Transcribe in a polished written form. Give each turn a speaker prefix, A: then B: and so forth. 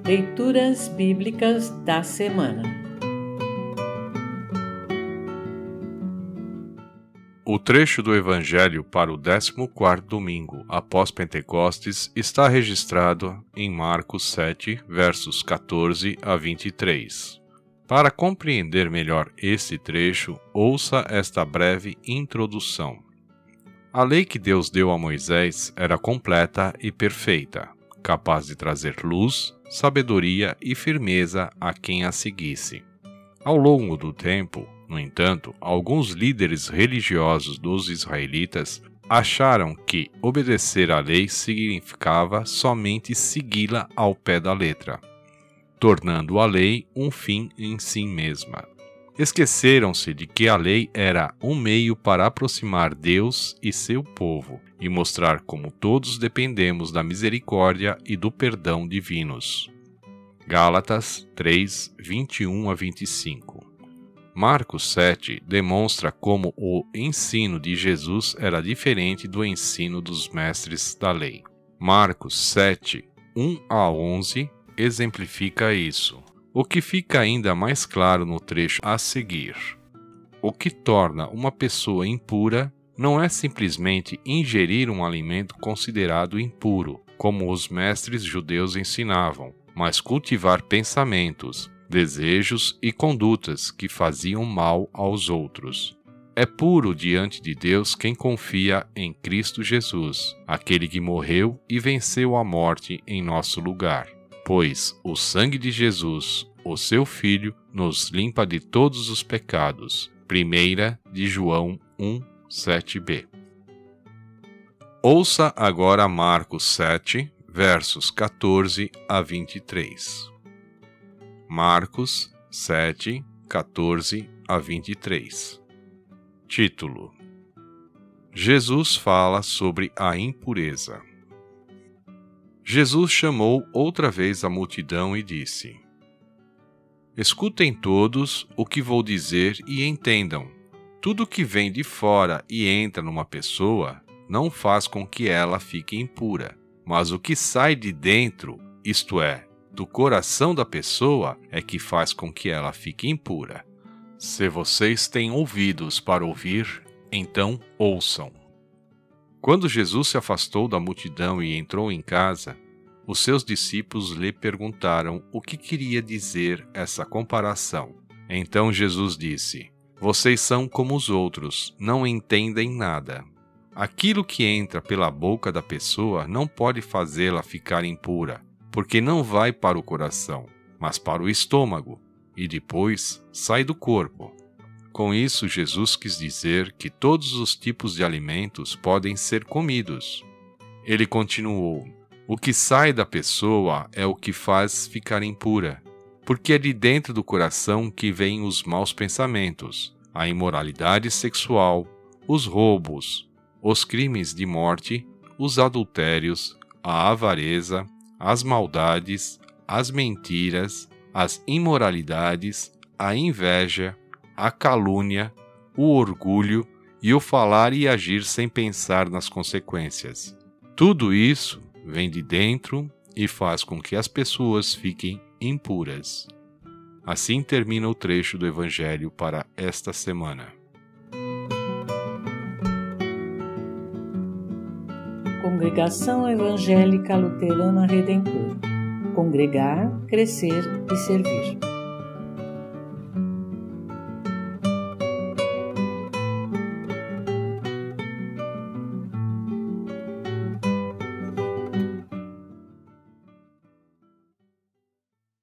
A: Leituras Bíblicas da Semana.
B: O trecho do Evangelho para o 14º domingo após Pentecostes está registrado em Marcos 7, versos 14 a 23. Para compreender melhor esse trecho, ouça esta breve introdução. A lei que Deus deu a Moisés era completa e perfeita, capaz de trazer luz, sabedoria e firmeza a quem a seguisse. Ao longo do tempo, no entanto, alguns líderes religiosos dos israelitas acharam que obedecer à lei significava somente segui-la ao pé da letra, tornando a lei um fim em si mesma. Esqueceram-se de que a lei era um meio para aproximar Deus e seu povo e mostrar como todos dependemos da misericórdia e do perdão divinos. Gálatas 3, 21 a 25. Marcos 7 demonstra como o ensino de Jesus era diferente do ensino dos mestres da lei. Marcos 7, 1 a 11 exemplifica isso, o que fica ainda mais claro no trecho a seguir. O que torna uma pessoa impura não é simplesmente ingerir um alimento considerado impuro, como os mestres judeus ensinavam, mas cultivar pensamentos, desejos e condutas que faziam mal aos outros. É puro diante de Deus quem confia em Cristo Jesus, aquele que morreu e venceu a morte em nosso lugar, pois o sangue de Jesus, o seu Filho, nos limpa de todos os pecados. 1 de João 1, 7b. Ouça agora Marcos 7, versos 14 a 23. Marcos 7, 14 a 23. Título: Jesus fala sobre a impureza. Jesus chamou outra vez a multidão e disse: Escutem todos o que vou dizer e entendam. Tudo que vem de fora e entra numa pessoa não faz com que ela fique impura, mas o que sai de dentro, isto é, do coração da pessoa, é que faz com que ela fique impura. Se vocês têm ouvidos para ouvir, então ouçam. Quando Jesus se afastou da multidão e entrou em casa, os seus discípulos lhe perguntaram o que queria dizer essa comparação. Então Jesus disse: Vocês são como os outros, não entendem nada. Aquilo que entra pela boca da pessoa não pode fazê-la ficar impura, porque não vai para o coração, mas para o estômago, e depois sai do corpo. Com isso, Jesus quis dizer que todos os tipos de alimentos podem ser comidos. Ele continuou: O que sai da pessoa é o que faz ficar impura, porque é de dentro do coração que vêm os maus pensamentos, a imoralidade sexual, os roubos, os crimes de morte, os adultérios, a avareza, as maldades, as mentiras, as imoralidades, a inveja, a calúnia, o orgulho e o falar e agir sem pensar nas consequências. Tudo isso vem de dentro e faz com que as pessoas fiquem impuras. Assim termina o trecho do Evangelho para esta semana.
A: Congregação Evangélica Luterana Redentor. Congregar, crescer e servir.